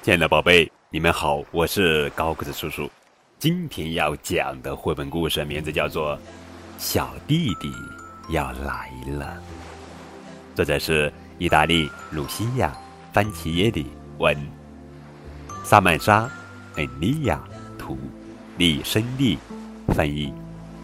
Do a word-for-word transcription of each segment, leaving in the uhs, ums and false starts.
亲爱的宝贝，你们好，我是高个子叔叔。今天要讲的绘本故事名字叫做《小弟弟要来了》，作者是意大利鲁西亚·番奇耶里文，萨曼莎·恩利亚图，李申利翻译。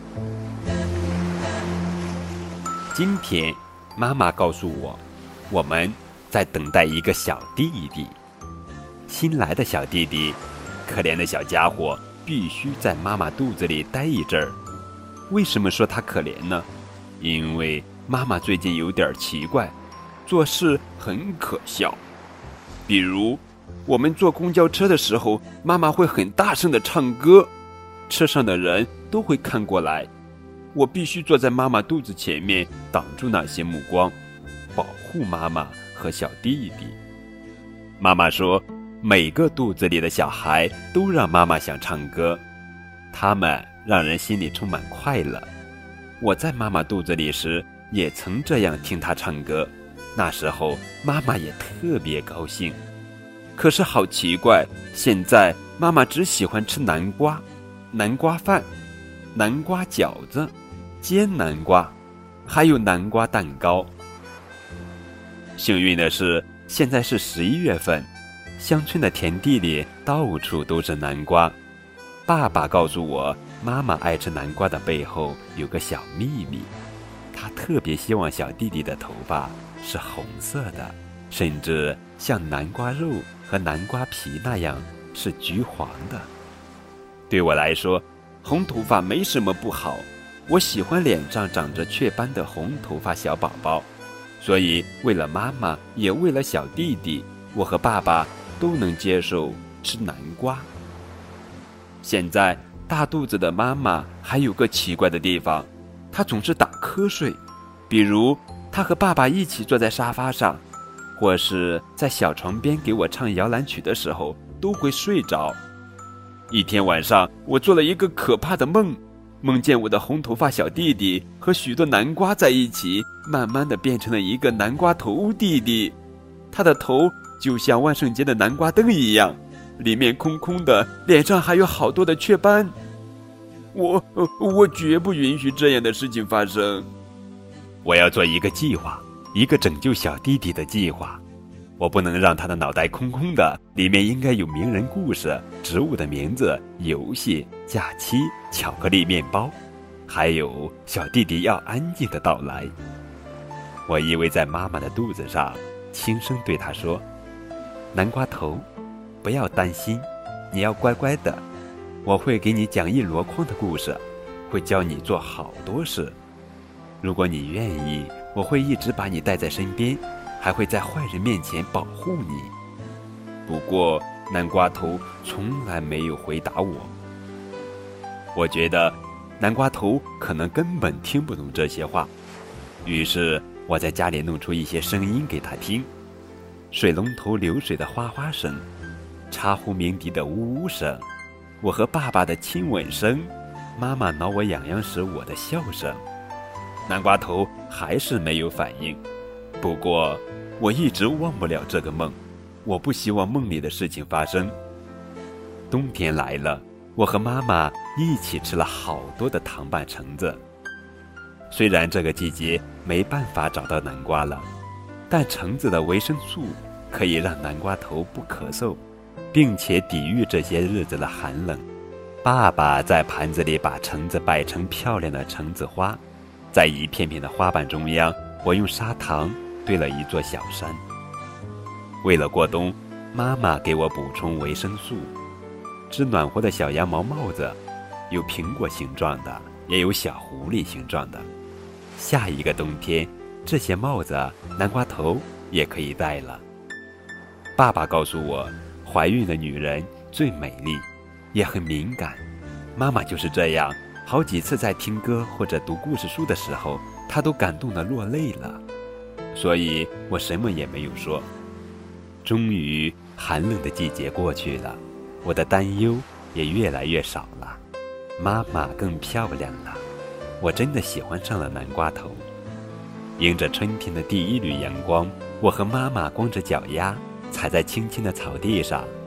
今天妈妈告诉我，我们在等待一个小弟弟。新来的小弟弟，可怜的小家伙，必须在妈妈肚子里待一阵儿。为什么说他可怜呢？因为妈妈最近有点奇怪，做事很可笑。比如，我们坐公交车的时候，妈妈会很大声地唱歌，车上的人都会看过来。我必须坐在妈妈肚子前面，挡住那些目光，保护妈妈和小弟弟。妈妈说，每个肚子里的小孩都让妈妈想唱歌，他们让人心里充满快乐。我在妈妈肚子里时也曾这样听她唱歌，那时候妈妈也特别高兴。可是好奇怪，现在妈妈只喜欢吃南瓜、南瓜饭、南瓜饺子、煎南瓜，还有南瓜蛋糕。幸运的是，现在是十一月份，乡村的田地里到处都是南瓜。爸爸告诉我，妈妈爱吃南瓜的背后有个小秘密，她特别希望小弟弟的头发是红色的，甚至像南瓜肉和南瓜皮那样是橘黄的。对我来说，红头发没什么不好，我喜欢脸上长着雀斑的红头发小宝宝。所以为了妈妈，也为了小弟弟，我和爸爸都能接受吃南瓜。现在大肚子的妈妈还有个奇怪的地方，她总是打瞌睡。比如她和爸爸一起坐在沙发上，或是在小床边给我唱摇篮曲的时候，都会睡着。一天晚上，我做了一个可怕的梦，梦见我的红头发小弟弟和许多南瓜在一起，慢慢地变成了一个南瓜头弟弟。他的头就像万圣节的南瓜灯一样，里面空空的，脸上还有好多的雀斑。我我绝不允许这样的事情发生。我要做一个计划，一个拯救小弟弟的计划。我不能让他的脑袋空空的，里面应该有名人故事、植物的名字、游戏、假期、巧克力面包，还有小弟弟要安静的到来。我依偎在妈妈的肚子上，轻声对他说，南瓜头，不要担心，你要乖乖的，我会给你讲一箩筐的故事，会教你做好多事。如果你愿意，我会一直把你带在身边，还会在坏人面前保护你。不过南瓜头从来没有回答我。我觉得南瓜头可能根本听不懂这些话，于是我在家里弄出一些声音给他听，水龙头流水的哗哗声，茶壶鸣笛的呜呜声，我和爸爸的亲吻声，妈妈挠我痒痒时我的笑声。南瓜头还是没有反应。不过我一直忘不了这个梦，我不希望梦里的事情发生。冬天来了，我和妈妈一起吃了好多的糖拌橙子。虽然这个季节没办法找到南瓜了，但橙子的维生素可以让南瓜头不咳嗽，并且抵御这些日子的寒冷。爸爸在盘子里把橙子摆成漂亮的橙子花，在一片片的花瓣中央，我用砂糖堆了一座小山。为了过冬，妈妈给我补充维生素，织暖和的小羊毛帽子，有苹果形状的，也有小狐狸形状的。下一个冬天，这些帽子南瓜头也可以戴了。爸爸告诉我，怀孕的女人最美丽，也很敏感。妈妈就是这样，好几次在听歌或者读故事书的时候，她都感动得落泪了。所以我什么也没有说。终于寒冷的季节过去了，我的担忧也越来越少了，妈妈更漂亮了，我真的喜欢上了南瓜头。迎着春天的第一缕阳光，我和妈妈光着脚丫踩在青青的草地上，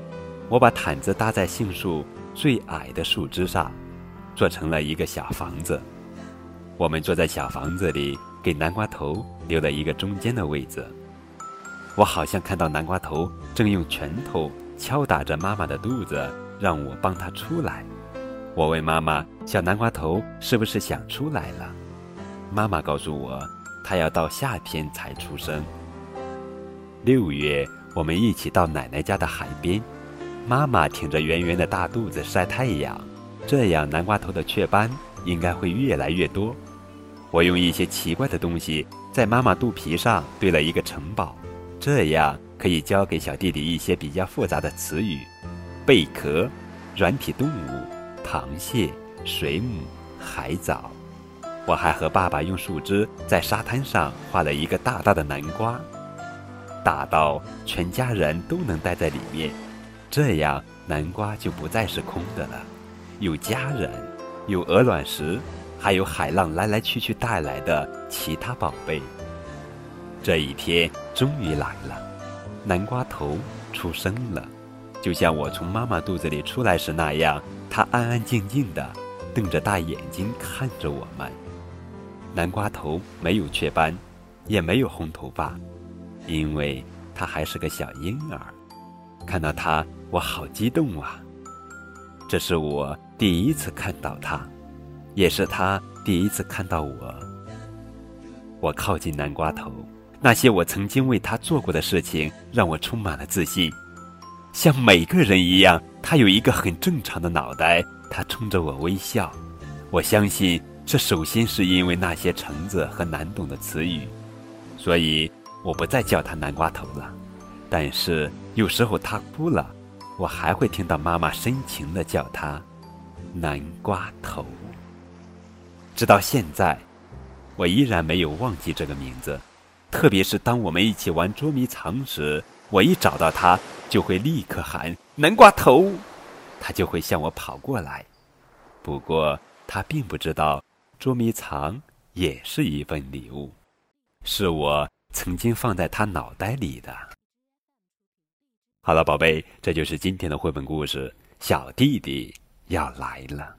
我把毯子搭在杏树最矮的树枝上，做成了一个小房子。我们坐在小房子里，给南瓜头留了一个中间的位子。我好像看到南瓜头正用拳头敲打着妈妈的肚子，让我帮他出来。我问妈妈，小南瓜头是不是想出来了？妈妈告诉我，他要到夏天才出生。六月，我们一起到奶奶家的海边，妈妈挺着圆圆的大肚子晒太阳，这样南瓜头的雀斑应该会越来越多。我用一些奇怪的东西在妈妈肚皮上堆了一个城堡，这样可以教给小弟弟一些比较复杂的词语：贝壳、软体动物、螃蟹、水母、海藻。我还和爸爸用树枝在沙滩上画了一个大大的南瓜，大到全家人都能待在里面，这样南瓜就不再是空的了，有家人，有鹅卵石，还有海浪来来去去带来的其他宝贝。这一天终于来了，南瓜头出生了，就像我从妈妈肚子里出来时那样，它安安静静地瞪着大眼睛看着我们。南瓜头没有雀斑，也没有红头发，因为他还是个小婴儿。看到他，我好激动啊！这是我第一次看到他，也是他第一次看到我。我靠近南瓜头，那些我曾经为他做过的事情让我充满了自信。像每个人一样，他有一个很正常的脑袋，他冲着我微笑。我相信这首先是因为那些橙子和难懂的词语，所以我不再叫他南瓜头了。但是有时候他哭了，我还会听到妈妈深情地叫他南瓜头。直到现在，我依然没有忘记这个名字，特别是当我们一起玩捉迷藏时，我一找到他就会立刻喊南瓜头，他就会向我跑过来。不过他并不知道捉迷藏也是一份礼物，是我曾经放在他脑袋里的。好了，宝贝，这就是今天的绘本故事，小弟弟要来了。